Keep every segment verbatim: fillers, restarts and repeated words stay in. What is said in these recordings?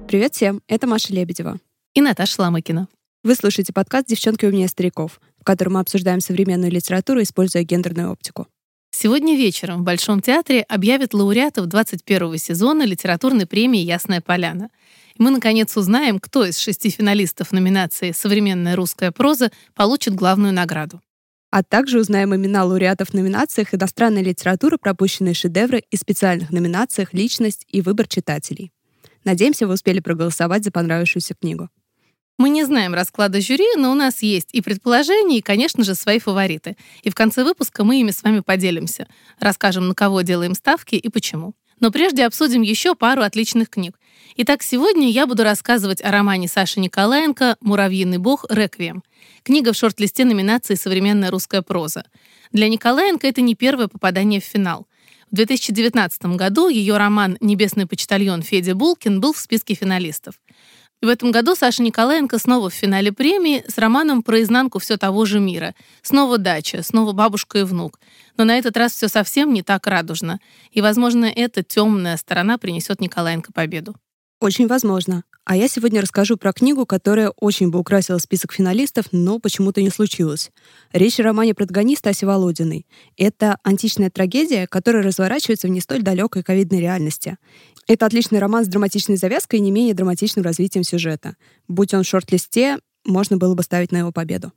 Привет всем, это Маша Лебедева. И Наташа Ломыкина. Вы слушаете подкаст «Девчонки умнее стариков», в котором мы обсуждаем современную литературу, используя гендерную оптику. Сегодня вечером в Большом театре объявят лауреатов двадцать первого сезона литературной премии «Ясная поляна». И мы, наконец, узнаем, кто из шести финалистов номинации «Современная русская проза» получит главную награду. А также узнаем имена лауреатов в номинациях «Иностранная литература», пропущенные шедевры и специальных номинациях «Личность» и «Выбор читателей». Надеемся, вы успели проголосовать за понравившуюся книгу. Мы не знаем расклада жюри, но у нас есть и предположения, и, конечно же, свои фавориты. И в конце выпуска мы ими с вами поделимся. Расскажем, на кого делаем ставки и почему. Но прежде обсудим еще пару отличных книг. Итак, сегодня я буду рассказывать о романе Саши Николаенко «Муравьиный бог. Реквием». Книга в шорт-листе номинации «Современная русская проза». Для Николаенко это не первое попадание в финал. В две тысячи девятнадцатом году ее роман «Небесный почтальон» Федя Булкин был в списке финалистов. В этом году Саша Николаенко снова в финале премии с романом про изнанку все того же мира. Снова дача, снова бабушка и внук. Но на этот раз все совсем не так радужно. И, возможно, эта темная сторона принесет Николаенко победу. Очень возможно. А я сегодня расскажу про книгу, которая очень бы украсила список финалистов, но почему-то не случилось. Речь о романе протагониста Аси Володиной. Это античная трагедия, которая разворачивается в не столь далекой ковидной реальности. Это отличный роман с драматичной завязкой и не менее драматичным развитием сюжета. Будь он в шорт-листе, можно было бы ставить на его победу.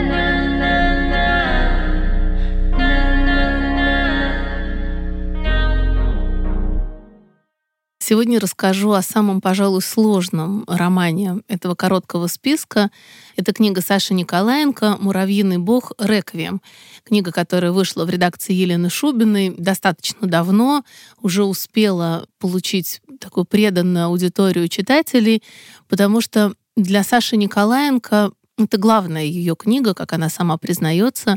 Сегодня расскажу о самом, пожалуй, сложном романе этого короткого списка. Это книга Саши Николаенко «Муравьиный бог. Реквием». Книга, которая вышла в редакции Елены Шубиной достаточно давно, уже успела получить такую преданную аудиторию читателей, потому что для Саши Николаенко это главная ее книга, как она сама признается.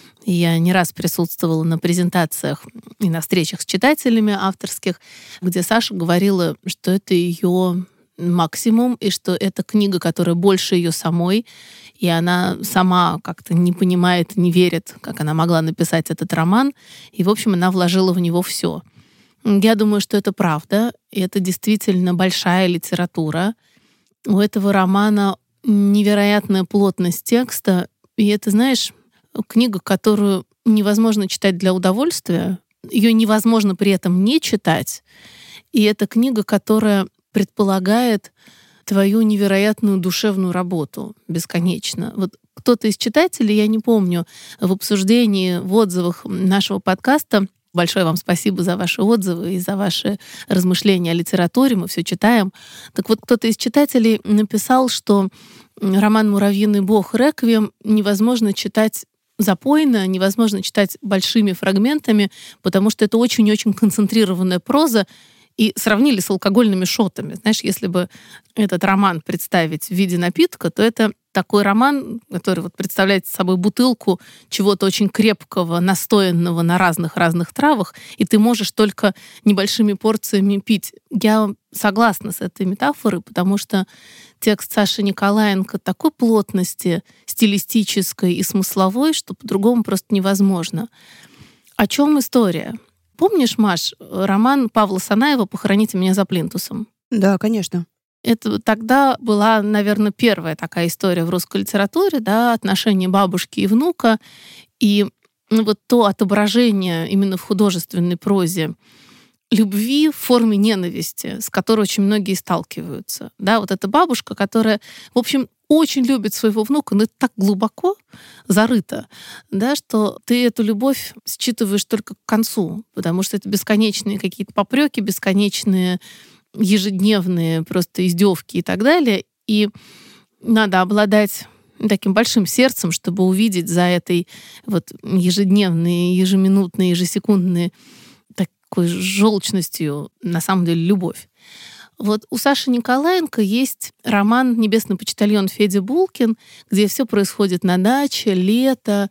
Я не раз присутствовала на презентациях и на встречах с читателями авторских, где Саша говорила, что это ее максимум, и что это книга, которая больше ее самой, и она сама как-то не понимает, не верит, как она могла написать этот роман, и, в общем, она вложила в него все. Я думаю, что это правда, и это действительно большая литература. У этого романа невероятная плотность текста, и это, знаешь, книга, которую невозможно читать для удовольствия, ее невозможно при этом не читать. И это книга, которая предполагает твою невероятную душевную работу бесконечно. Вот кто-то из читателей, я не помню, в обсуждении, в отзывах нашего подкаста, большое вам спасибо за ваши отзывы и за ваши размышления о литературе, мы все читаем. Так вот, кто-то из читателей написал, что роман «Муравьиный бог. Реквием» невозможно читать запойно, невозможно читать большими фрагментами, потому что это очень-очень концентрированная проза, и сравнили с алкогольными шотами. Знаешь, если бы этот роман представить в виде напитка, то это такой роман, который вот представляет собой бутылку чего-то очень крепкого, настоянного на разных-разных травах, и ты можешь только небольшими порциями пить. Я согласна с этой метафорой, потому что текст Саши Николаенко такой плотности стилистической и смысловой, что по-другому просто невозможно. О чем история? Помнишь, Маш, роман Павла Санаева «Похороните меня за плинтусом»? Да, конечно. Это тогда была, наверное, первая такая история в русской литературе, да, отношения бабушки и внука, и ну, вот то отображение именно в художественной прозе любви в форме ненависти, с которой очень многие сталкиваются. Да, вот эта бабушка, которая, в общем, очень любит своего внука, но это так глубоко зарыто, да, что ты эту любовь считываешь только к концу, потому что это бесконечные какие-то попреки, бесконечные ежедневные просто издевки и так далее. И надо обладать таким большим сердцем, чтобы увидеть за этой вот ежедневной, ежеминутной, ежесекундной такой желчностью на самом деле любовь. Вот у Саши Николаенко есть роман «Небесный почтальон» Федя Булкин, где все происходит на даче, лето,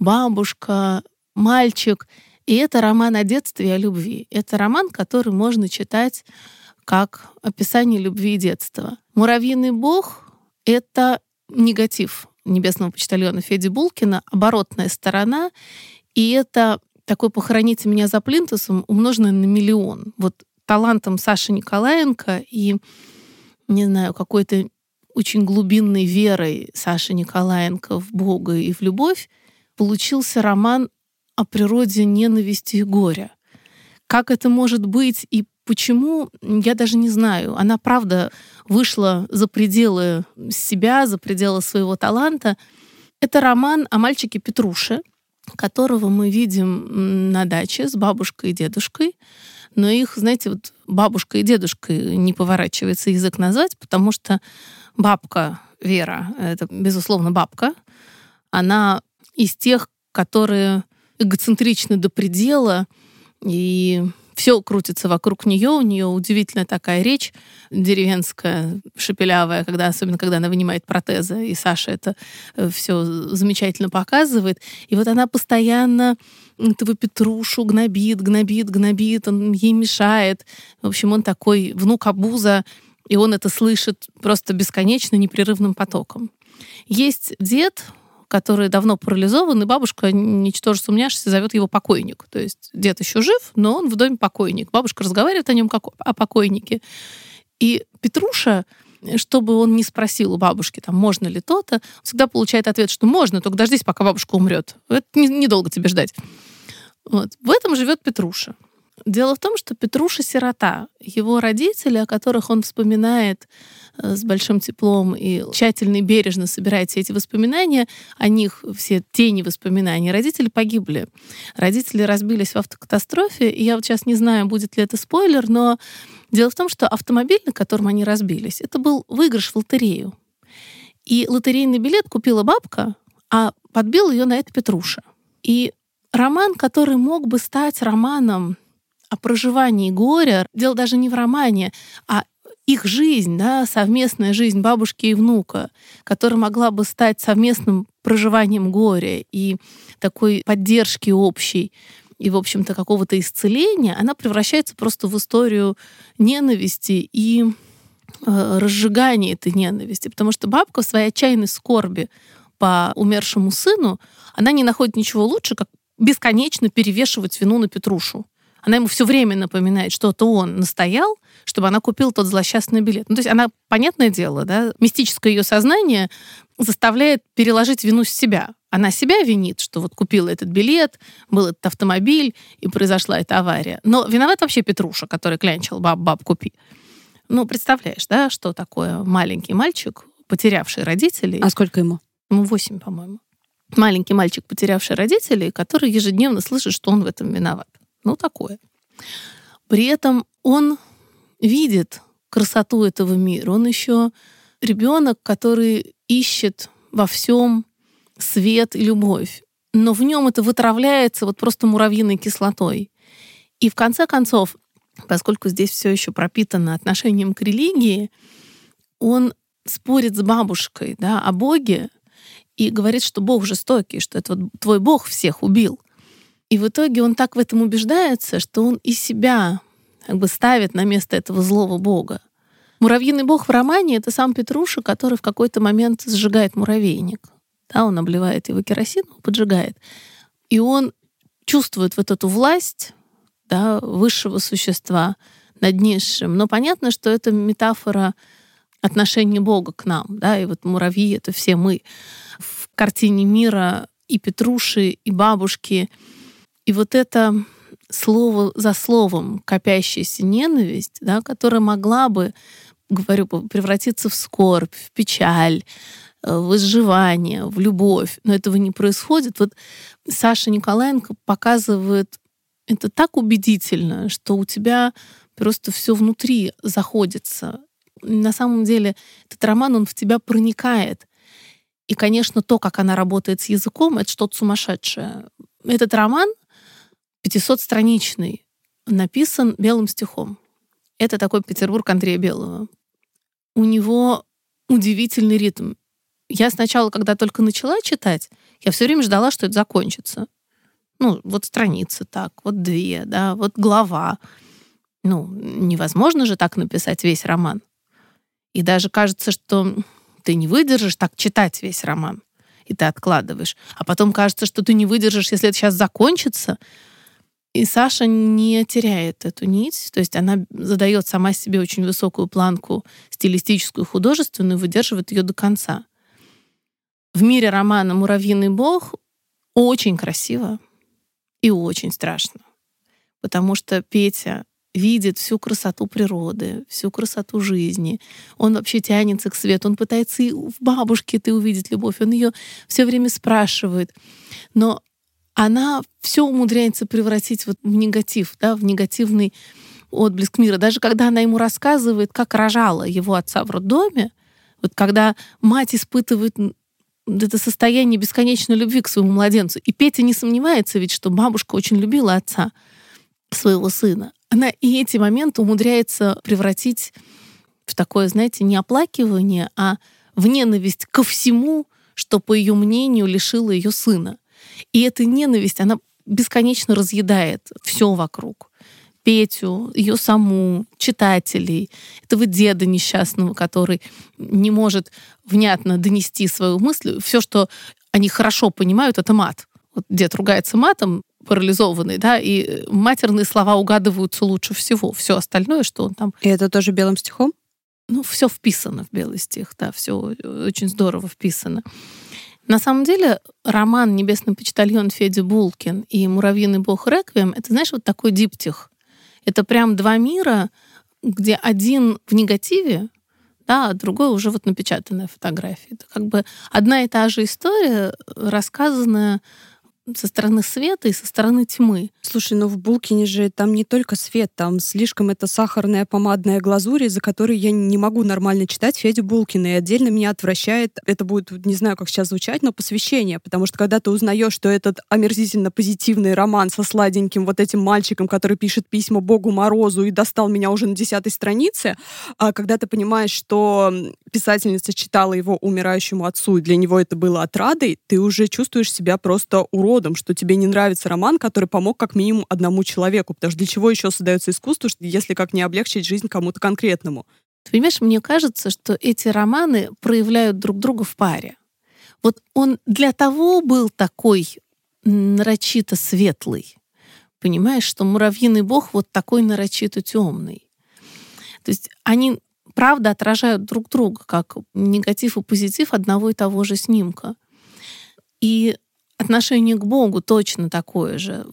бабушка, мальчик. И это роман о детстве и о любви. Это роман, который можно читать как описание любви и детства. «Муравьиный бог» — это негатив «Небесного почтальона» Феди Булкина, оборотная сторона, и это такой «Похороните меня за плинтусом», умноженное на миллион. Вот талантом Саши Николаенко и не знаю, какой-то очень глубинной верой Саши Николаенко в Бога и в любовь, получился роман о природе ненависти и горя. Как это может быть и почему, я даже не знаю. Она, правда, вышла за пределы себя, за пределы своего таланта. Это роман о мальчике Петруше, которого мы видим на даче с бабушкой и дедушкой. Но их, знаете, вот бабушка и дедушкой не поворачивается язык назвать, потому что бабка Вера, это, безусловно, бабка, она из тех, которые эгоцентричны до предела, и все крутится вокруг нее. У нее удивительная такая речь деревенская, шепелявая, когда, особенно когда она вынимает протезы, и Саша это все замечательно показывает. И вот она постоянно этого Петрушу гнобит, гнобит, гнобит, он ей мешает. В общем, он такой внук обуза, и он это слышит просто бесконечно, непрерывным потоком. Есть дед, который давно парализован, и бабушка, ничтоже сумняшься, зовет его покойник. То есть дед еще жив, но он в доме покойник. Бабушка разговаривает о нем как о покойнике. И Петруша, чтобы он не спросил у бабушки, там, можно ли то-то, всегда получает ответ, что можно, только дождись, пока бабушка умрет. Это недолго тебе ждать. Вот. В этом живет Петруша. Дело в том, что Петруша сирота. Его родители, о которых он вспоминает с большим теплом и тщательно и бережно собирает все эти воспоминания, о них все тени воспоминаний, родители погибли. Родители разбились в автокатастрофе, и я вот сейчас не знаю, будет ли это спойлер, но дело в том, что автомобиль, на котором они разбились, это был выигрыш в лотерею. И лотерейный билет купила бабка, а подбил ее на это Петруша. И роман, который мог бы стать романом о проживании горя, дело даже не в романе, а их жизнь, да, совместная жизнь бабушки и внука, которая могла бы стать совместным проживанием горя и такой поддержки общей, и, в общем-то, какого-то исцеления, она превращается просто в историю ненависти и э, разжигания этой ненависти. Потому что бабка в своей отчаянной скорби по умершему сыну, она не находит ничего лучше, как бесконечно перевешивать вину на Петрушу. Она ему все время напоминает, что это он настоял, чтобы она купила тот злосчастный билет. Ну, то есть она, понятное дело, да, мистическое ее сознание заставляет переложить вину с себя. Она себя винит, что вот купила этот билет, был этот автомобиль, и произошла эта авария. Но виноват вообще Петруша, который клянчил: баб, баб, купи. Ну, представляешь, да, что такое маленький мальчик, потерявший родителей. А сколько ему? Ну, восемь, по-моему. Маленький мальчик, потерявший родителей, который ежедневно слышит, что он в этом виноват. Ну, такое. При этом он видит красоту этого мира. Он еще ребенок, который ищет во всем свет и любовь. Но в нем это вытравляется вот просто муравьиной кислотой. И в конце концов, поскольку здесь все еще пропитано отношением к религии, он спорит с бабушкой, да, о Боге и говорит, что Бог жестокий, что это вот твой Бог всех убил. И в итоге он так в этом убеждается, что он и себя как бы ставит на место этого злого бога. Муравьиный бог в романе — это сам Петруша, который в какой-то момент сжигает муравейник. Да, он обливает его керосином, поджигает. И он чувствует вот эту власть, да, высшего существа над низшим. Но понятно, что это метафора отношения Бога к нам. Да, и вот муравьи — это все мы. В картине мира и Петруши, и бабушки. И вот это слово за словом копящаяся ненависть, да, которая могла бы, говорю, превратиться в скорбь, в печаль, в изживание, в любовь. Но этого не происходит. Вот Саша Николаенко показывает это так убедительно, что у тебя просто все внутри заходится. На самом деле этот роман, он в тебя проникает. И, конечно, то, как она работает с языком, это что-то сумасшедшее. Этот роман пятисотстраничный, написан белым стихом. Это такой Петербург Андрея Белого. У него удивительный ритм. Я сначала, когда только начала читать, я все время ждала, что это закончится. Ну, вот страницы так, вот две, да, вот глава. Ну, невозможно же так написать весь роман. И даже кажется, что ты не выдержишь так читать весь роман, и ты откладываешь. А потом кажется, что ты не выдержишь, если это сейчас закончится. И Саша не теряет эту нить, то есть она задает сама себе очень высокую планку стилистическую, художественную, выдерживает ее до конца. В мире романа «Муравьиный бог» очень красиво и очень страшно, потому что Петя видит всю красоту природы, всю красоту жизни. Он вообще тянется к свету, он пытается и в бабушке ты увидеть любовь, он ее все время спрашивает. Но она все умудряется превратить вот в негатив, да, в негативный отблеск мира. Даже когда она ему рассказывает, как рожала его отца в роддоме, вот когда мать испытывает это состояние бесконечной любви к своему младенцу, и Петя не сомневается ведь, что бабушка очень любила отца своего сына, она и эти моменты умудряется превратить в такое, знаете, не оплакивание, а в ненависть ко всему, что, по ее мнению, лишило ее сына. И эта ненависть, она бесконечно разъедает все вокруг. Петю, ее саму, читателей, этого деда несчастного, который не может внятно донести свою мысль. Все, что они хорошо понимают, это мат. Вот дед ругается матом, парализованный, да, и матерные слова угадываются лучше всего. Все остальное, что он там... И это тоже белым стихом? Ну, все вписано в белый стих, да, все очень здорово вписано. На самом деле, роман «Небесный почтальон» Федя Булкин и «Муравьиный бог Реквием» — это, знаешь, вот такой диптих. Это прям два мира, где один в негативе, да, а другой уже вот напечатанная фотография. Это как бы одна и та же история, рассказанная со стороны света и со стороны тьмы. Слушай, ну в Булкине же там не только свет, там слишком это сахарная помадная глазурь, из-за которой я не могу нормально читать Федю Булкина. И отдельно меня отвращает, это будет, не знаю, как сейчас звучать, но посвящение. Потому что когда ты узнаешь, что этот омерзительно позитивный роман со сладеньким вот этим мальчиком, который пишет письма Богу Морозу и достал меня уже на десятой странице, а когда ты понимаешь, что писательница читала его умирающему отцу, и для него это было отрадой, ты уже чувствуешь себя просто уродом, что тебе не нравится роман, который помог как минимум одному человеку. Потому что для чего еще создается искусство, если как не облегчить жизнь кому-то конкретному? Ты понимаешь, мне кажется, что эти романы проявляют друг друга в паре. Вот он для того был такой нарочито светлый, понимаешь, что «Муравьиный бог» вот такой нарочито темный. То есть они, правда, отражают друг друга, как негатив и позитив одного и того же снимка. И отношение к Богу точно такое же.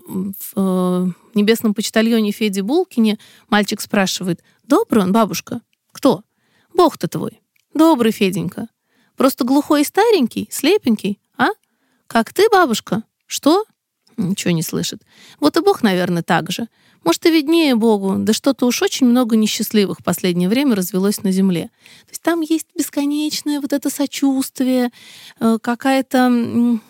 В «Небесном почтальоне» Феде Булкине мальчик спрашивает: «Добрый он, бабушка?» «Кто?» «Бог-то твой». «Добрый, Феденька. Просто глухой и старенький, слепенький, а? Как ты, бабушка?» «Что?» Ничего не слышит. «Вот и Бог, наверное, так же. Может, и виднее Богу, да что-то уж очень много несчастливых в последнее время развелось на земле». То есть там есть бесконечное вот это сочувствие, какая-то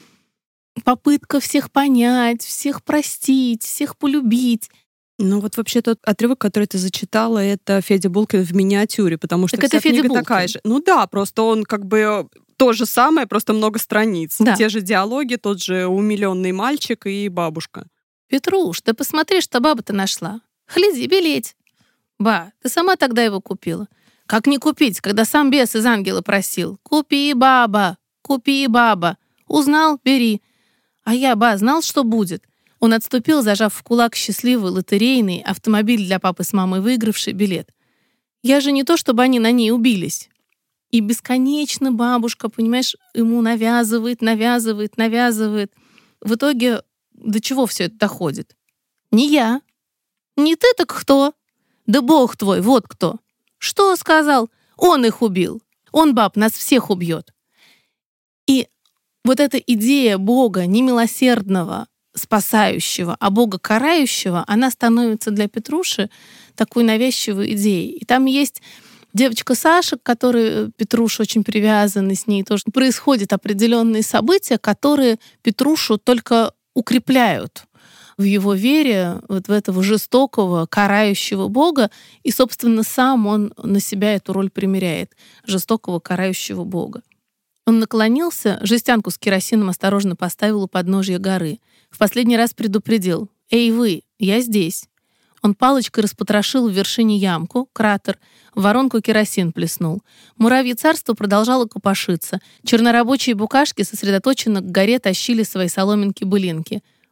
попытка всех понять, всех простить, всех полюбить. Ну вот вообще тот отрывок, который ты зачитала, это Федя Булкин в миниатюре, потому что так вся это Федя книга Булкин. Такая же. Ну да, просто он как бы то же самое, просто много страниц. Да. Те же диалоги, тот же умилённый мальчик и бабушка. Петруш, да посмотри, что баба-то нашла. Хледи, белеть. Ба, ты сама тогда его купила. Как не купить, когда сам бес из ангела просил? Купи, баба, купи, баба. Узнал, бери. А я, ба, знал, что будет. Он отступил, зажав в кулак счастливый лотерейный автомобиль для папы с мамой, выигравший билет. Я же не то, чтобы они на ней убились. И бесконечно бабушка, понимаешь, ему навязывает, навязывает, навязывает. В итоге до чего все это доходит? Не я. Не ты, так кто? Да Бог твой, вот кто. Что сказал? Он их убил. Он, баб, нас всех убьет. И вот эта идея Бога немилосердного, спасающего, а Бога карающего, она становится для Петруши такой навязчивой идеей. И там есть девочка Саша, к которой Петруша очень привязан, и с ней тоже происходят определенные события, которые Петрушу только укрепляют в его вере вот в этого жестокого, карающего Бога. И, собственно, сам он на себя эту роль примеряет. Жестокого, карающего Бога. Он наклонился, жестянку с керосином осторожно поставил у подножья горы. В последний раз предупредил: «Эй, вы, я здесь». Он палочкой распотрошил в вершине ямку, кратер, в воронку керосин плеснул. Муравье царство продолжало копошиться. Чернорабочие букашки сосредоточенно к горе тащили свои соломинки-былинки.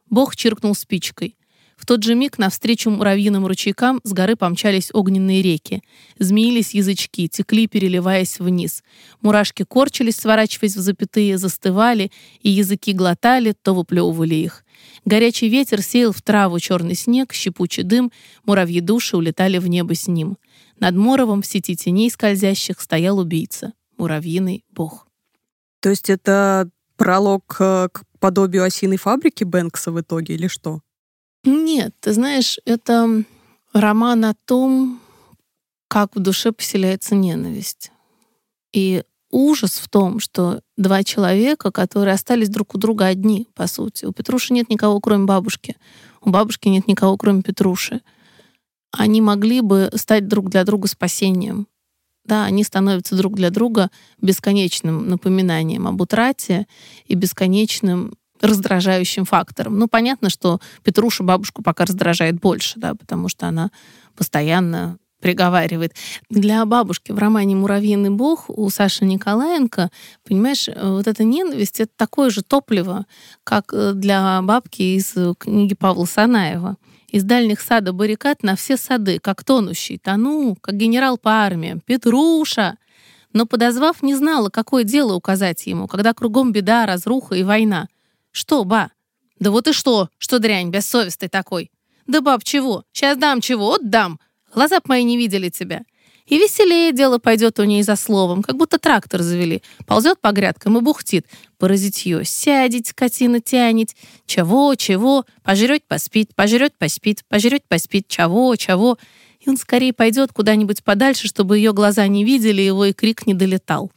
Бог чиркнул спичкой. В тот же миг навстречу муравьиным ручейкам с горы помчались огненные реки. Змеились язычки, текли, переливаясь вниз. Мурашки корчились, сворачиваясь в запятые, застывали, и языки глотали, то выплевывали их. Горячий ветер сеял в траву черный снег, щепучий дым, муравьи души улетали в небо с ним. Над моровом в сети теней скользящих стоял убийца, муравьиный бог. То есть это пролог к подобию осиной фабрики Бэнкса в итоге или что? Нет, ты знаешь, это роман о том, как в душе поселяется ненависть. И ужас в том, что два человека, которые остались друг у друга одни, по сути. У Петруши нет никого, кроме бабушки. У бабушки нет никого, кроме Петруши. Они могли бы стать друг для друга спасением. Да, они становятся друг для друга бесконечным напоминанием об утрате и бесконечным раздражающим фактором. Ну, понятно, что Петруша бабушку пока раздражает больше, да, потому что она постоянно приговаривает. Для бабушки в романе «Муравьиный бог» у Саши Николаенко, понимаешь, вот эта ненависть — это такое же топливо, как для бабки из книги Павла Санаева. Из дальних сада баррикад на все сады, как тонущий, тону, как генерал по армии. Петруша! Но, подозвав, не знала, какое дело указать ему, когда кругом беда, разруха и война. Что, ба? Да вот и что? Что дрянь, бессовестный такой? Да, баб, чего? Сейчас дам чего? Отдам. Глаза б мои не видели тебя. И веселее дело пойдет у ней за словом, как будто трактор завели. Ползет по грядкам и бухтит. Паразитье, сядет, скотина тянет. Чего, чего? Пожрет, поспит, пожрет, поспит, пожрет, поспит. Чего, чего? И он скорее пойдет куда-нибудь подальше, чтобы ее глаза не видели, его и крик не долетал.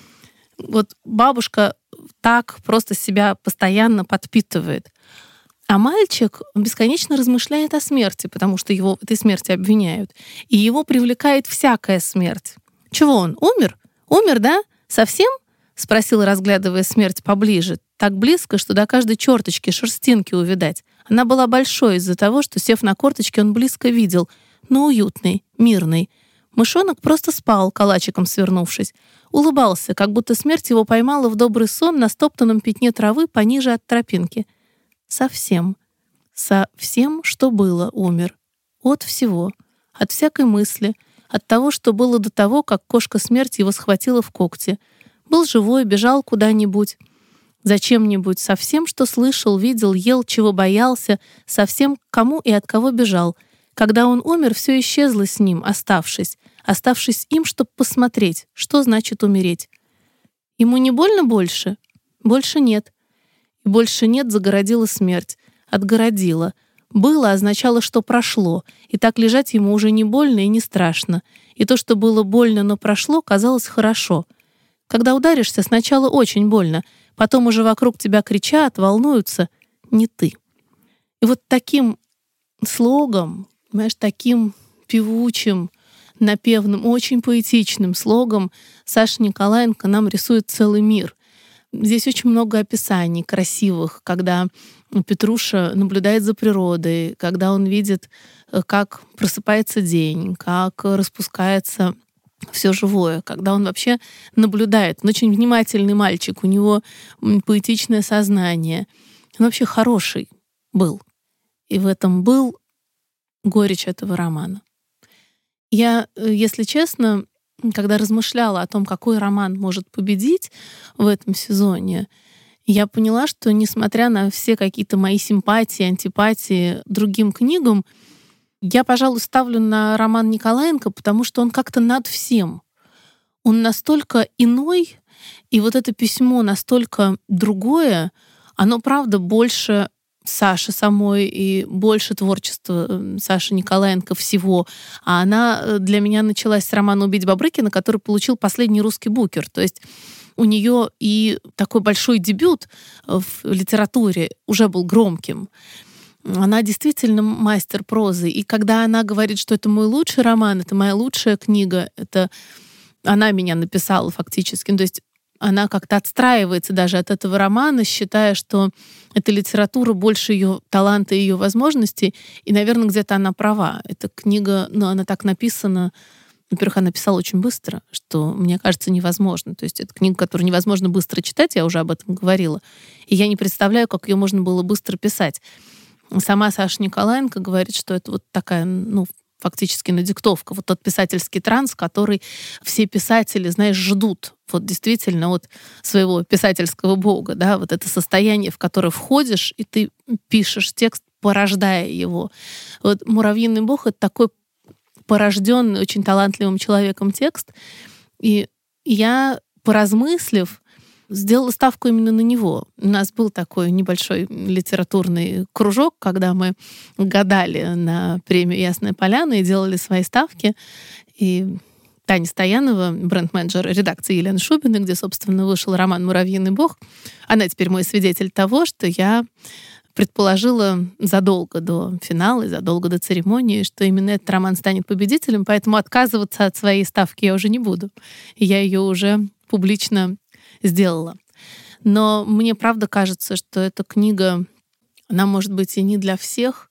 Вот бабушка так просто себя постоянно подпитывает. А мальчик бесконечно размышляет о смерти, потому что его в этой смерти обвиняют. И его привлекает всякая смерть. Чего он, умер? Умер, да? Совсем? Спросила, разглядывая смерть поближе. Так близко, что до каждой черточки, шерстинки увидать. Она была большой из-за того, что, сев на корточки, он близко видел, но уютный, мирный. Мышонок просто спал, калачиком свернувшись. Улыбался, как будто смерть его поймала в добрый сон на стоптанном пятне травы пониже от тропинки. Совсем. Со всем, что было, умер. От всего. От всякой мысли. От того, что было до того, как кошка смерти его схватила в когти. Был живой, бежал куда-нибудь. Зачем-нибудь. Со всем, что слышал, видел, ел, чего боялся. Со всем, кому и от кого бежал. Когда он умер, все исчезло с ним, оставшись. Оставшись им, чтобы посмотреть, что значит умереть. Ему не больно больше? Больше нет. И больше нет загородила смерть. Отгородила. Было означало, что прошло, и так лежать ему уже не больно и не страшно. И то, что было больно, но прошло, казалось хорошо. Когда ударишься, сначала очень больно, потом уже вокруг тебя кричат, волнуются. Не ты. И вот таким слогом, понимаешь, таким певучим, напевным, очень поэтичным слогом Саша Николаенко нам рисует целый мир. Здесь очень много описаний красивых, когда Петруша наблюдает за природой, когда он видит, как просыпается день, как распускается все живое, когда он вообще наблюдает. Он очень внимательный мальчик, у него поэтичное сознание. Он вообще хороший был. И в этом был горечь этого романа. Я, если честно, когда размышляла о том, какой роман может победить в этом сезоне, я поняла, что, несмотря на все какие-то мои симпатии, антипатии другим книгам, я, пожалуй, ставлю на роман Николаенко, потому что он как-то над всем. Он настолько иной, и вот это письмо настолько другое, оно, правда, больше Саши самой и больше творчества Саши Николаенко всего. А она для меня началась с романа «Убить Бабрыкина», который получил последний русский букер. То есть у нее и такой большой дебют в литературе уже был громким. Она действительно мастер прозы. И когда она говорит, что это мой лучший роман, это моя лучшая книга, это она меня написала фактически. То есть она как-то отстраивается даже от этого романа, считая, что эта литература больше ее таланта и ее возможностей. И, наверное, где-то она права. Эта книга, ну, она так написана, Во-первых, она писала очень быстро, что, мне кажется, невозможно. То есть это книга, которую невозможно быстро читать, я уже об этом говорила. И я не представляю, как ее можно было быстро писать. Сама Саша Николаенко говорит, что это вот такая, ну, фактически надиктовка. Вот тот писательский транс, который все писатели, знаешь, ждут. Вот действительно от своего писательского бога, да, вот это состояние, в которое входишь, и ты пишешь текст, порождая его. Вот «Муравьиный бог» — это такой порожденный очень талантливым человеком текст. И я, поразмыслив, сделала ставку именно на него. У нас был такой небольшой литературный кружок, когда мы гадали на премию «Ясная поляна» и делали свои ставки. И Таня Стоянова, бренд-менеджер редакции Елены Шубиной, где, собственно, вышел роман «Муравьиный бог», она теперь мой свидетель того, что я предположила задолго до финала и задолго до церемонии, что именно этот роман станет победителем, поэтому отказываться от своей ставки я уже не буду. И я ее уже публично сделала. Но мне правда кажется, что эта книга, она может быть и не для всех,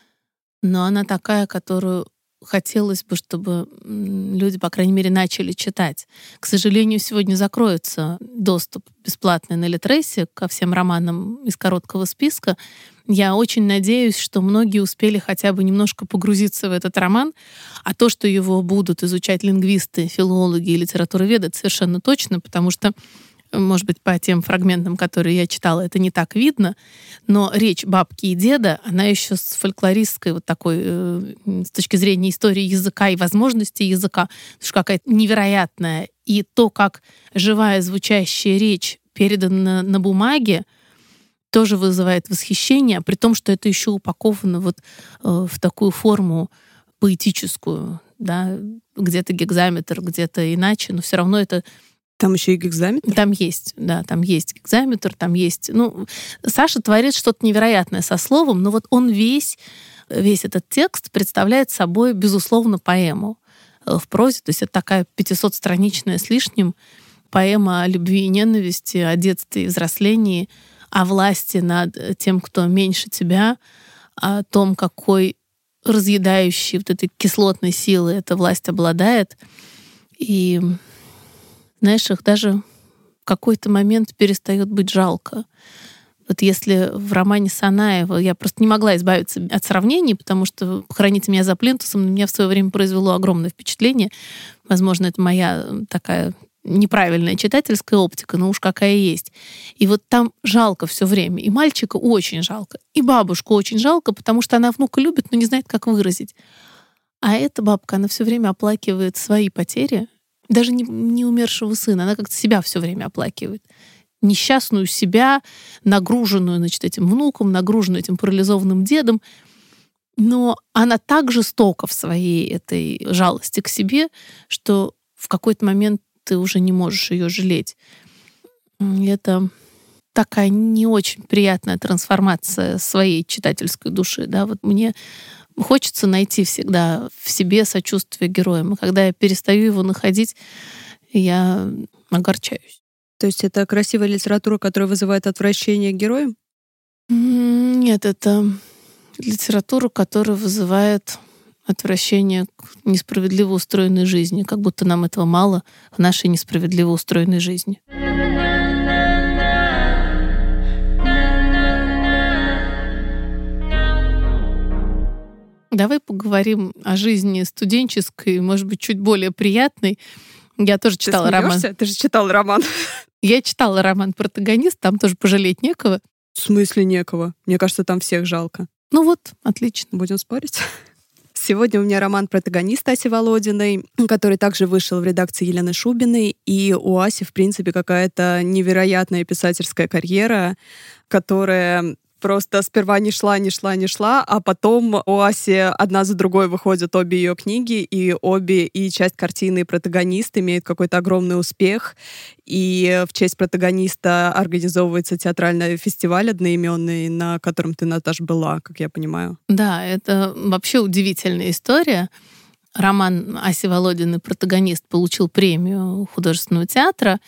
но она такая, которую хотелось бы, чтобы люди, по крайней мере, начали читать. К сожалению, сегодня закроется доступ бесплатный на Литресе ко всем романам из короткого списка. Я очень надеюсь, что многие успели хотя бы немножко погрузиться в этот роман, а то, что его будут изучать лингвисты, филологи и литературоведы, это совершенно точно, потому что, может быть, по тем фрагментам, которые я читала, это не так видно, но речь бабки и деда, она еще с фольклористской вот такой, э, с точки зрения истории языка и возможностей языка, что какая-то невероятная. И то, как живая звучащая речь передана на бумаге, тоже вызывает восхищение, при том, что это еще упаковано вот э, в такую форму поэтическую, да, где-то гекзаметр, где-то иначе, но все равно это. Там еще и гекзаметр? Там есть, да, там есть гекзаметр, там есть. Ну, Саша творит что-то невероятное со словом, но вот он весь, весь этот текст представляет собой, безусловно, поэму в прозе. То есть это такая пятисотстраничная с лишним поэма о любви и ненависти, о детстве и взрослении, о власти над тем, кто меньше тебя, о том, какой разъедающей вот этой кислотной силы эта власть обладает. И знаешь, их даже в какой-то момент перестает быть жалко. Вот если в романе Санаева я просто не могла избавиться от сравнений, потому что «Похороните меня за плинтусом» на меня в свое время произвело огромное впечатление. Возможно, это моя такая неправильная читательская оптика, но уж какая есть. И вот там жалко все время. И мальчика очень жалко, и бабушку очень жалко, потому что она внука любит, но не знает, как выразить. А эта бабка, она все время оплакивает свои потери, даже не, не умершего сына, она как-то себя все время оплакивает. Несчастную себя, нагруженную, значит, этим внуком, нагруженную этим парализованным дедом. Но она так жестока в своей этой жалости к себе, что в какой-то момент ты уже не можешь ее жалеть. Это такая не очень приятная трансформация своей читательской души. Да? Вот мне хочется найти всегда в себе сочувствие героям. И когда я перестаю его находить, я огорчаюсь. То есть это красивая литература, которая вызывает отвращение к героям? Нет, это литература, которая вызывает отвращение к несправедливо устроенной жизни, как будто нам этого мало в нашей несправедливо устроенной жизни. Давай поговорим о жизни студенческой, может быть, чуть более приятной. Я тоже читала роман. Ты же читала роман. Я читала роман «Протагонист», там тоже пожалеть некого. В смысле некого? Мне кажется, там всех жалко. Ну вот, отлично. Будем спорить. Сегодня у меня роман «Протагонист» Аси Володиной, который также вышел в редакции Елены Шубиной. И у Аси, в принципе, какая-то невероятная писательская карьера, которая просто сперва не шла, не шла, не шла, а потом у Аси одна за другой выходят обе ее книги, и обе, и часть картины, и «Протагонист» имеют какой-то огромный успех. И в честь «Протагониста» организовывается театральный фестиваль одноименный, на котором ты, Наташ, была, как я понимаю. Да, это вообще удивительная история. Роман Аси Володиной «Протагонист» получил премию художественного театра,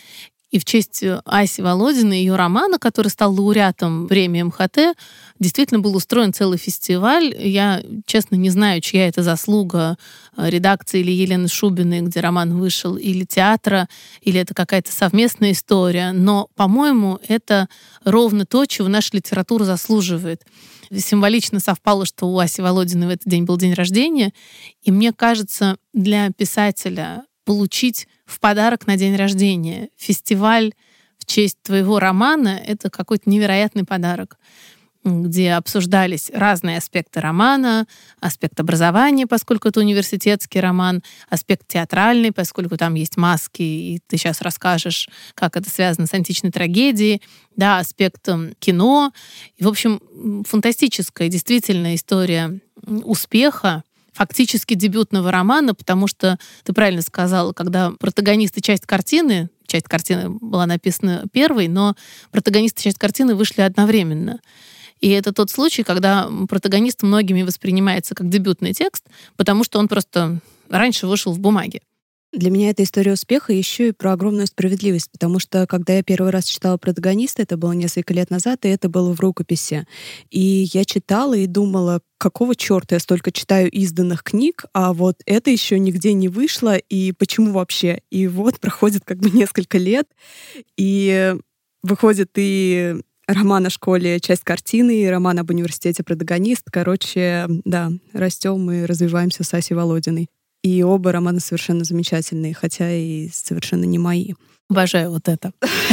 И в честь Аси Володиной и ее романа, который стал лауреатом премии эм ха тэ, действительно был устроен целый фестиваль. Я, честно, не знаю, чья это заслуга, редакции или Елены Шубиной, где роман вышел, или театра, или это какая-то совместная история. Но, по-моему, это ровно то, чего наша литература заслуживает. Символично совпало, что у Аси Володиной в этот день был день рождения. И мне кажется, для писателя получить в подарок на день рождения фестиваль в честь твоего романа — это какой-то невероятный подарок, где обсуждались разные аспекты романа, аспект образования, поскольку это университетский роман, аспект театральный, поскольку там есть маски, и ты сейчас расскажешь, как это связано с античной трагедией, да, аспект кино. И, в общем, фантастическая действительно история успеха, фактически дебютного романа, потому что, ты правильно сказала, когда протагонист и часть картины, часть картины была написана первой, но протагонист и часть картины вышли одновременно. И это тот случай, когда протагонист многими воспринимается как дебютный текст, потому что он просто раньше вышел в бумаге. Для меня это история успеха еще и про огромную справедливость, потому что, когда я первый раз читала «Протагониста», это было несколько лет назад, и это было в рукописи. И я читала и думала, какого черта я столько читаю изданных книг, а вот это еще нигде не вышло, и почему вообще? И вот проходит как бы несколько лет, и выходит и роман о школе «Часть картины», и роман об университете «Протагонист». Короче, да, растем и развиваемся с Асей Володиной. И оба романа совершенно замечательные, хотя и совершенно не мои. Обожаю вот это.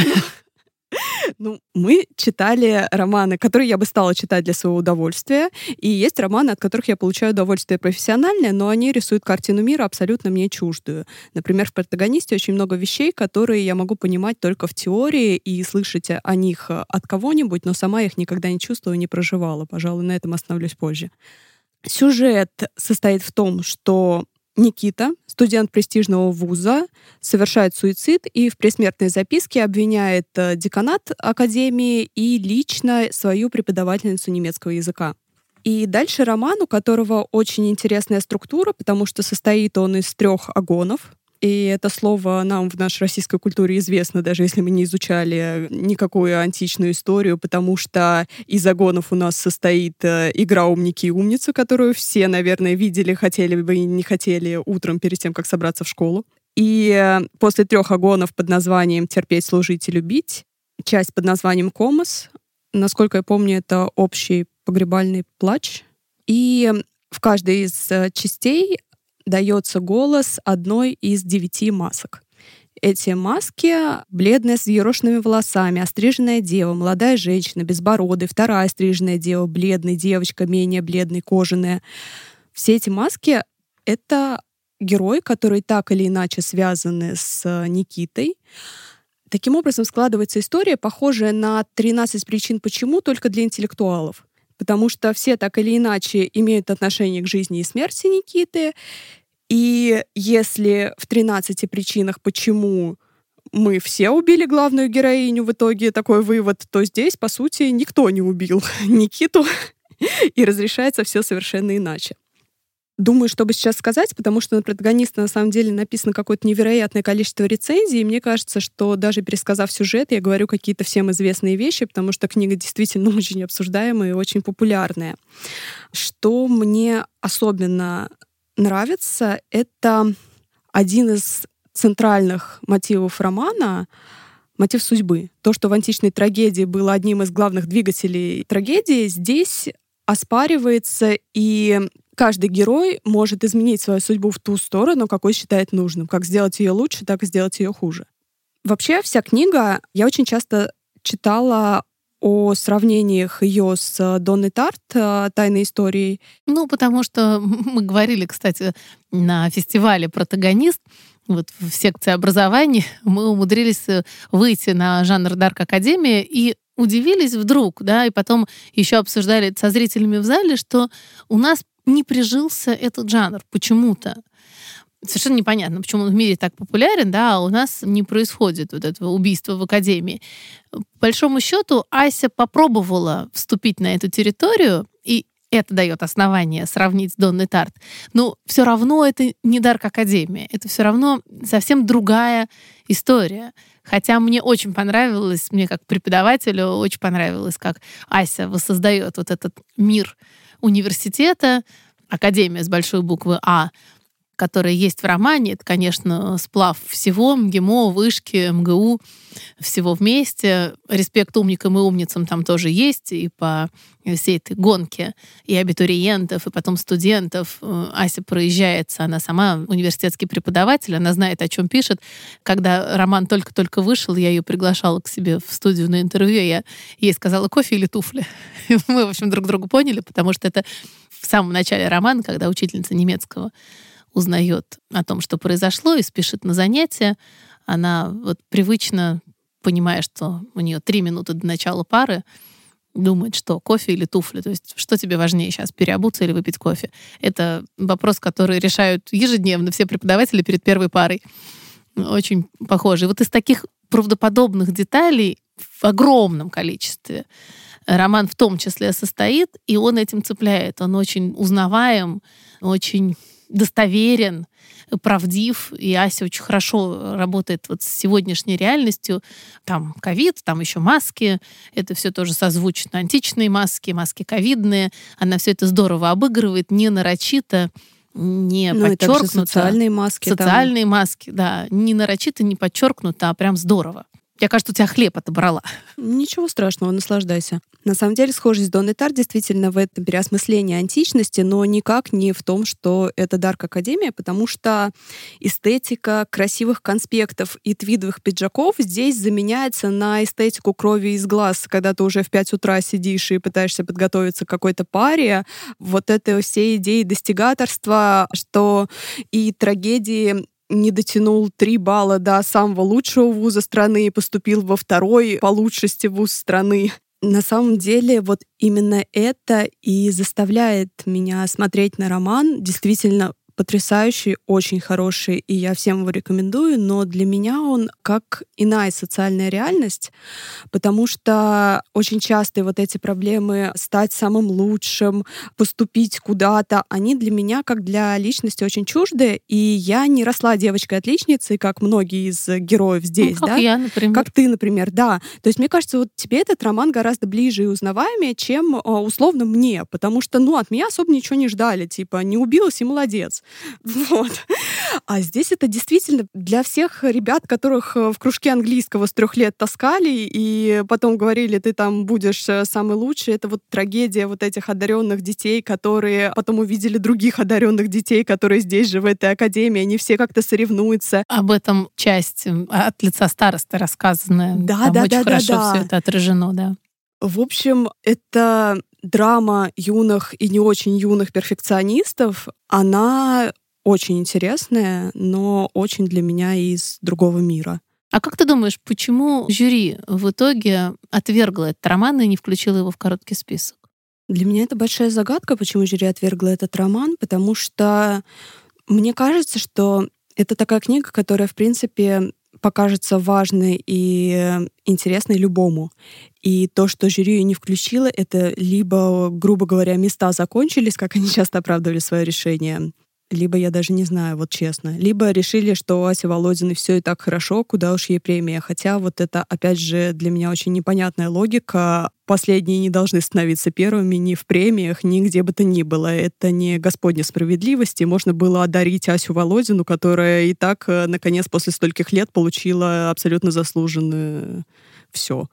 Ну, мы читали романы, которые я бы стала читать для своего удовольствия, и есть романы, от которых я получаю удовольствие профессиональное, но они рисуют картину мира абсолютно мне чуждую. Например, в «Протагонисте» очень много вещей, которые я могу понимать только в теории и слышать о них от кого-нибудь, но сама их никогда не чувствовала, не проживала. Пожалуй, на этом остановлюсь позже. Сюжет состоит в том, что Никита, студент престижного вуза, совершает суицид и в предсмертной записке обвиняет деканат академии и лично свою преподавательницу немецкого языка. И дальше роман, у которого очень интересная структура, потому что состоит он из трех агонов. И это слово нам в нашей российской культуре известно, даже если мы не изучали никакую античную историю, потому что из агонов у нас состоит игра «Умники и умницы», которую все, наверное, видели, хотели бы и не хотели утром перед тем, как собраться в школу. И после трех агонов под названием «Терпеть, служить и любить», часть под названием «Комос», насколько я помню, это общий погребальный плач. И в каждой из частей дается голос одной из девяти масок. Эти маски — бледная с взъерошенными волосами, остриженная дева, молодая женщина, безбородая, вторая остриженная дева, бледная девочка, менее бледная, кожаная. Все эти маски — это герои, которые так или иначе связаны с Никитой. Таким образом складывается история, похожая на «тринадцать причин почему», только для интеллектуалов. Потому что все так или иначе имеют отношение к жизни и смерти Никиты. И если в тринадцати причинах почему мы все убили главную героиню, в итоге такой вывод, то здесь, по сути, никто не убил Никиту, и разрешается все совершенно иначе. Думаю, что бы сейчас сказать, потому что на «Протагониста» на самом деле написано какое-то невероятное количество рецензий, и мне кажется, что даже пересказав сюжет, я говорю какие-то всем известные вещи, потому что книга действительно очень обсуждаемая и очень популярная. Что мне особенно нравится, это один из центральных мотивов романа — мотив судьбы. То, что в античной трагедии было одним из главных двигателей трагедии, здесь оспаривается, и каждый герой может изменить свою судьбу в ту сторону, какой считает нужным. Как сделать ее лучше, так и сделать ее хуже. Вообще, вся книга, я очень часто читала о сравнениях ее с Донной Тарт «Тайной историей». Ну, потому что мы говорили, кстати, на фестивале «Протагонист», вот в секции образования мы умудрились выйти на жанр Дарк Академия и удивились вдруг, да, и потом еще обсуждали со зрителями в зале, что у нас не прижился этот жанр почему-то. Совершенно непонятно, почему он в мире так популярен, да, а у нас не происходит вот этого убийства в академии. По большому счету, Ася попробовала вступить на эту территорию, и это дает основание сравнить с Донной Тарт. Но все равно это не Дарк Академия. Это все равно совсем другая история. Хотя мне очень понравилось, мне как преподавателю очень понравилось, как Ася воссоздает вот этот мир университета, Академия с большой буквы А, которая есть в романе. Это, конечно, сплав всего, МГИМО, вышки, МГУ, всего вместе. Респект умникам и умницам там тоже есть, и по всей этой гонке и абитуриентов, и потом студентов. Ася проезжается, она сама университетский преподаватель, она знает, о чем пишет. Когда роман только-только вышел, я ее приглашала к себе в студию на интервью, я ей сказала: кофе или туфли? Мы, в общем, друг друга поняли, потому что это в самом начале романа, когда учительница немецкого узнает о том, что произошло, и спешит на занятия. Она вот привычно, понимая, что у нее три минуты до начала пары, думает, что кофе или туфли. То есть что тебе важнее сейчас, переобуться или выпить кофе? Это вопрос, который решают ежедневно все преподаватели перед первой парой. Очень похоже. И вот из таких правдоподобных деталей в огромном количестве роман в том числе состоит, и он этим цепляет. Он очень узнаваем, очень достоверен, правдив, и Ася очень хорошо работает вот с сегодняшней реальностью. Там ковид, там еще маски, это все тоже созвучно. Античные маски, маски ковидные. Она все это здорово обыгрывает, не нарочито, не ну, подчеркнуто. Социальные маски. Социальные там. маски, да. Не нарочито, не подчеркнуто, а прям здорово. Мне кажется, у тебя хлеб отобрала. Ничего страшного, наслаждайся. На самом деле, схожесть с Донной Тарт действительно в этом переосмыслении античности, но никак не в том, что это Дарк Академия, потому что эстетика красивых конспектов и твидовых пиджаков здесь заменяется на эстетику крови из глаз, когда ты уже в пять утра сидишь и пытаешься подготовиться к какой-то паре. Вот это все идеи достигаторства, что и трагедии не дотянул три балла до самого лучшего вуза страны и поступил во второй по лучшести вуз страны. На самом деле вот именно это и заставляет меня смотреть на роман. Действительно потрясающий, очень хороший, и я всем его рекомендую, но для меня он как иная социальная реальность, потому что очень часто вот эти проблемы стать самым лучшим, поступить куда-то, они для меня, как для личности, очень чужды, и я не росла девочкой-отличницей, как многие из героев здесь, ну, как да? я, например. Как ты, например, да. То есть мне кажется, вот тебе этот роман гораздо ближе и узнаваемее, чем условно мне, потому что, ну, от меня особо ничего не ждали, типа, не убилась и молодец. Вот. А здесь это действительно для всех ребят, которых в кружке английского с трех лет таскали и потом говорили, ты там будешь самый лучший. Это вот трагедия вот этих одаренных детей, которые потом увидели других одаренных детей, которые здесь же в этой академии. Они все как-то соревнуются. Об этом часть от лица старосты рассказанная. Да, там да, очень да, хорошо да, да. все это отражено, да. В общем, это драма юных и не очень юных перфекционистов. Она очень интересная, но очень для меня из другого мира. А как ты думаешь, почему жюри в итоге отвергло этот роман и не включило его в короткий список? Для меня это большая загадка, почему жюри отвергло этот роман, потому что мне кажется, что это такая книга, которая, в принципе, покажется важной и интересной любому. И то, что жюри ее не включило, это либо, грубо говоря, места закончились, как они часто оправдывали свое решение, либо, я даже не знаю, вот честно, либо решили, что у Аси Володиной все и так хорошо, куда уж ей премия. Хотя вот это, опять же, для меня очень непонятная логика. Последние не должны становиться первыми ни в премиях, ни где бы то ни было. Это не Господня справедливости. Можно было одарить Асю Володину, которая и так, наконец, после стольких лет получила абсолютно заслуженное все.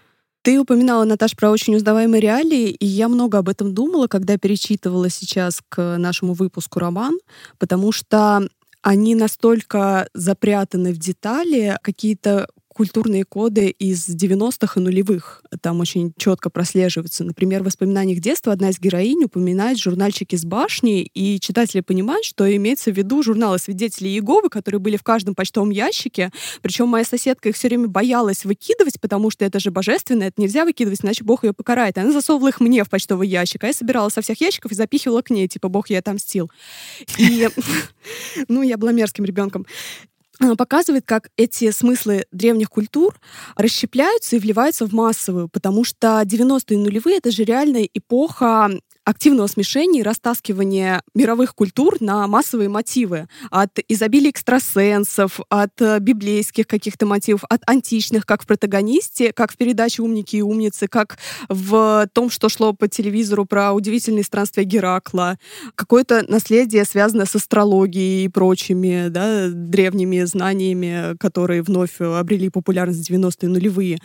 Ты упоминала, Наташ, про очень узнаваемые реалии, и я много об этом думала, когда перечитывала сейчас к нашему выпуску роман, потому что они настолько запрятаны в детали, какие-то культурные коды из девяностых и нулевых. Там очень четко прослеживаются. Например, в воспоминаниях детства одна из героинь упоминает журнальчики с башни, и читатели понимают, что имеется в виду журналы свидетелей Иеговы, которые были в каждом почтовом ящике. Причем моя соседка их все время боялась выкидывать, потому что это же божественно, это нельзя выкидывать, иначе Бог ее покарает. И она засовывала их мне в почтовый ящик, а я собирала со всех ящиков и запихивала к ней, типа, Бог ей отомстил. И, ну, я была мерзким ребенком. Показывает, как эти смыслы древних культур расщепляются и вливаются в массовую, потому что девяностые и нулевые — это же реальная эпоха активного смешения и растаскивания мировых культур на массовые мотивы. От изобилия экстрасенсов, от библейских каких-то мотивов, от античных, как в «Протагонисте», как в передаче «Умники и умницы», как в том, что шло по телевизору про удивительные странствия Геракла. Какое-то наследие, связанное с астрологией и прочими, да, древними знаниями, которые вновь обрели популярность в девяностые нулевые.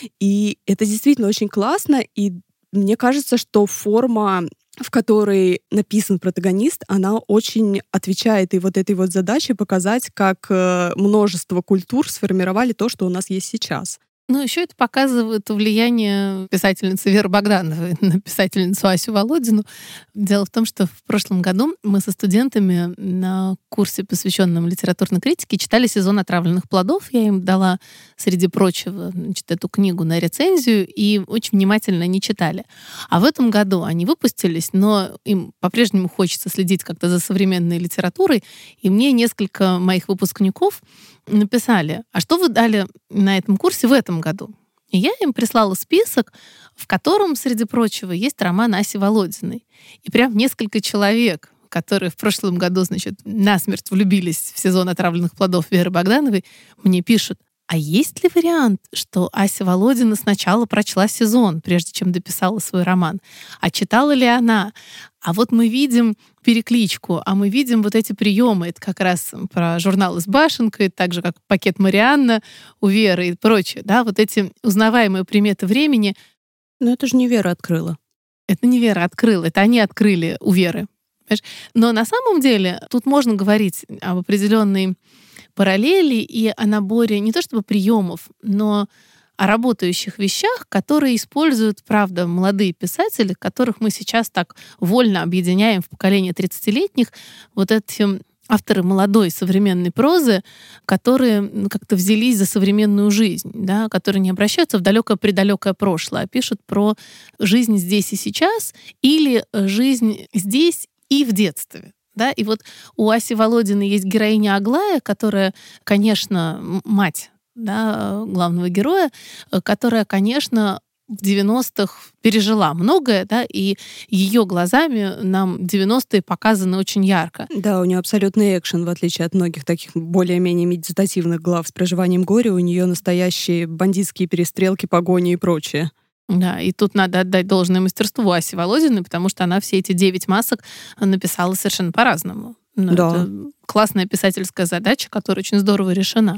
И это действительно очень классно, и мне кажется, что форма, в которой написан «Протагонист», она очень отвечает и вот этой вот задаче показать, как множество культур сформировали то, что у нас есть сейчас. Ну, еще это показывает влияние писательницы Веры Богдановой на писательницу Асю Володину. Дело в том, что в прошлом году мы со студентами на курсе, посвященном литературной критике, читали «Сезон отравленных плодов». Я им дала, среди прочего, значит, эту книгу на рецензию, и очень внимательно не читали. А в этом году они выпустились, но им по-прежнему хочется следить как-то за современной литературой, и мне несколько моих выпускников написали: а что вы дали на этом курсе в этом году? И я им прислала список, в котором, среди прочего, есть роман Аси Володиной. И прям несколько человек, которые в прошлом году, значит, насмерть влюбились в «Сезон отравленных плодов» Веры Богдановой, мне пишут: а есть ли вариант, что Ася Володина сначала прочла «Сезон», прежде чем дописала свой роман? А читала ли она? А вот мы видим перекличку, а мы видим вот эти приемы. Это как раз про журнал из Башенкой, так же, как пакет Марианна у Веры и прочее. Да, вот эти узнаваемые приметы времени. Но это же не Вера открыла. Это не Вера открыла, это они открыли у Веры. Понимаешь? Но на самом деле тут можно говорить об определенной параллели и о наборе не то чтобы приемов, но о работающих вещах, которые используют, правда, молодые писатели, которых мы сейчас так вольно объединяем в поколение тридцатилетних, вот эти авторы молодой современной прозы, которые как-то взялись за современную жизнь, да, которые не обращаются в далекое-предалекое прошлое, а пишут про жизнь здесь и сейчас или жизнь здесь и в детстве. Да? И вот у Аси Володиной есть героиня Аглая, которая, конечно, мать, да, главного героя, которая, конечно, в девяностых пережила многое, да, и ее глазами нам девяностые показаны очень ярко. Да, у нее абсолютный экшен, в отличие от многих таких более-менее медитативных глав с проживанием горя. У нее настоящие бандитские перестрелки, погони и прочее. Да, и тут надо отдать должное мастерству Аси Володиной, потому что она все эти девять масок написала совершенно по-разному. Ну, да. Это классная писательская задача, которая очень здорово решена.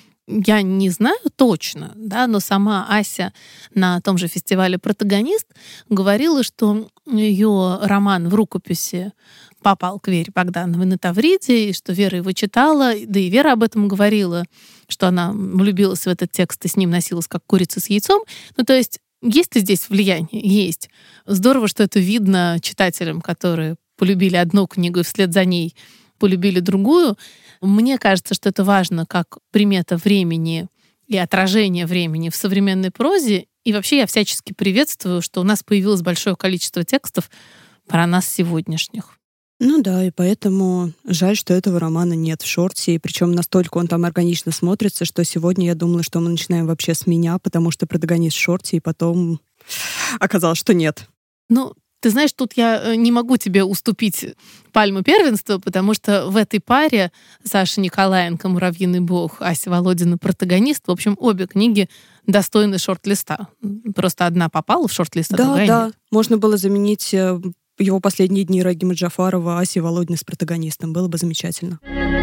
Я не знаю точно, да, но сама Ася на том же фестивале «Протагонист» говорила, что ее роман в рукописи попал к Вере Богдановой на Тавриде, и что Вера его читала, да и Вера об этом говорила, что она влюбилась в этот текст и с ним носилась как курица с яйцом. Ну, то есть есть ли здесь влияние? Есть. Здорово, что это видно читателям, которые полюбили одну книгу и вслед за ней полюбили другую. Мне кажется, что это важно как примета времени и отражение времени в современной прозе. И вообще я всячески приветствую, что у нас появилось большое количество текстов про нас сегодняшних. Ну да, и поэтому жаль, что этого романа нет в шорте, и причем настолько он там органично смотрится, что сегодня я думала, что мы начинаем вообще с меня, потому что «Протагонист» в шорте, и потом оказалось, что нет. Ну, ты знаешь, тут я не могу тебе уступить пальму первенства, потому что в этой паре Саша Николаенко, «Муравьиный бог», Ася Володина, «Протагонист», в общем, обе книги достойны шорт-листа. Просто одна попала в шорт-лист, а да, другая да. нет. Можно было заменить его последние дни Рагима Джафарова Аси Володиной с «Протагонистом». Было бы замечательно.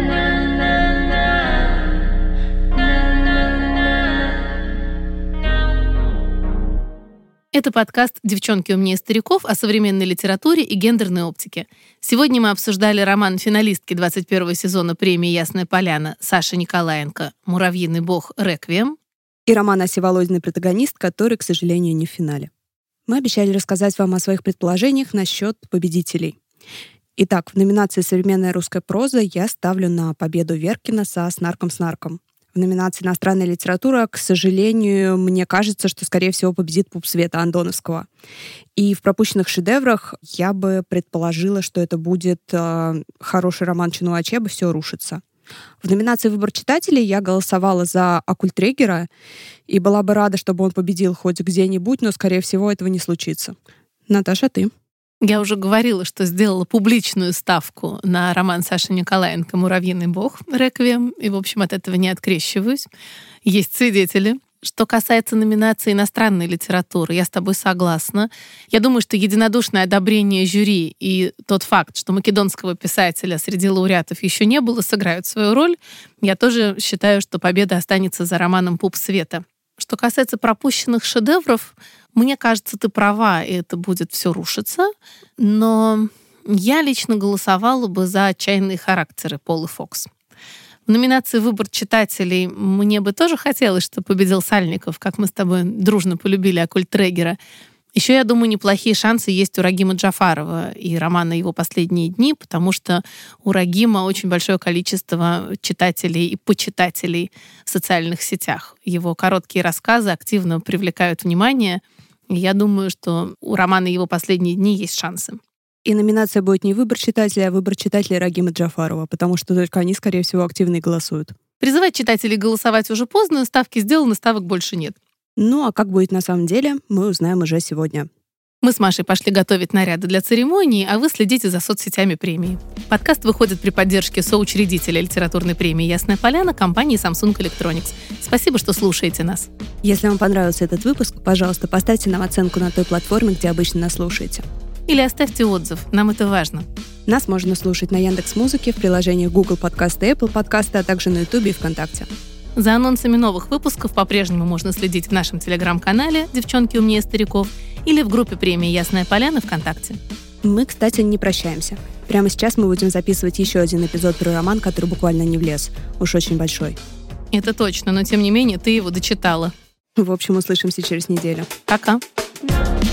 Это подкаст «Девчонки умнее стариков» о современной литературе и гендерной оптике. Сегодня мы обсуждали роман финалистки двадцать первого сезона премии «Ясная поляна» Саши Николаенко «Муравьиный бог. Реквием» и роман Аси Володиной «Протагонист», который, к сожалению, не в финале. Мы обещали рассказать вам о своих предположениях насчет победителей. Итак, в номинации «Современная русская проза» я ставлю на победу Веркина со «Снарком-снарком». В номинации «Иностранная литература», к сожалению, мне кажется, что, скорее всего, победит «Пуп Света» Андоновского. И в пропущенных шедеврах я бы предположила, что это будет э, хороший роман Чинуа Ачебы «Все рушится». В номинации «Выбор читателей» я голосовала за Акультрегера и была бы рада, чтобы он победил хоть где-нибудь, но, скорее всего, этого не случится. Наташа, ты? Я уже говорила, что сделала публичную ставку на роман Саши Николаенко «Муравьиный бог» «Реквием», и, в общем, от этого не открещиваюсь. Есть свидетели. Что касается номинации иностранной литературы, я с тобой согласна. Я думаю, что единодушное одобрение жюри и тот факт, что македонского писателя среди лауреатов еще не было, сыграют свою роль. Я тоже считаю, что победа останется за романом «Пуп света». Что касается пропущенных шедевров, мне кажется, ты права, и это будет все рушиться. Но я лично голосовала бы за «Отчаянные характеры» Полы Фокс. В номинации «Выбор читателей» мне бы тоже хотелось, чтобы победил Сальников, как мы с тобой дружно полюбили «Оккульт Регера». Еще, я думаю, неплохие шансы есть у Рагима Джафарова и романа «Его последние дни», потому что у Рагима очень большое количество читателей и почитателей в социальных сетях. Его короткие рассказы активно привлекают внимание. И я думаю, что у романа «Его последние дни» есть шансы. И номинация будет не «Выбор читателя», а «Выбор читателя» Рагима Джафарова, потому что только они, скорее всего, активно и голосуют. Призывать читателей голосовать уже поздно, ставки сделаны, ставок больше нет. Ну, а как будет на самом деле, мы узнаем уже сегодня. Мы с Машей пошли готовить наряды для церемонии, а вы следите за соцсетями премии. Подкаст выходит при поддержке соучредителя литературной премии «Ясная поляна» компании Samsung Electronics. Спасибо, что слушаете нас. Если вам понравился этот выпуск, пожалуйста, поставьте нам оценку на той платформе, где обычно нас слушаете. Или оставьте отзыв, нам это важно. Нас можно слушать на Яндекс.Музыке, в приложениях Google Подкасты и Apple Подкасты, а также на Ютубе и ВКонтакте. За анонсами новых выпусков по-прежнему можно следить в нашем телеграм-канале «Девчонки умнее стариков» или в группе премии «Ясная поляна» ВКонтакте. Мы, кстати, не прощаемся. Прямо сейчас мы будем записывать еще один эпизод про роман, который буквально не влез. Уж очень большой. Это точно, но тем не менее ты его дочитала. В общем, услышимся через неделю. Пока. No.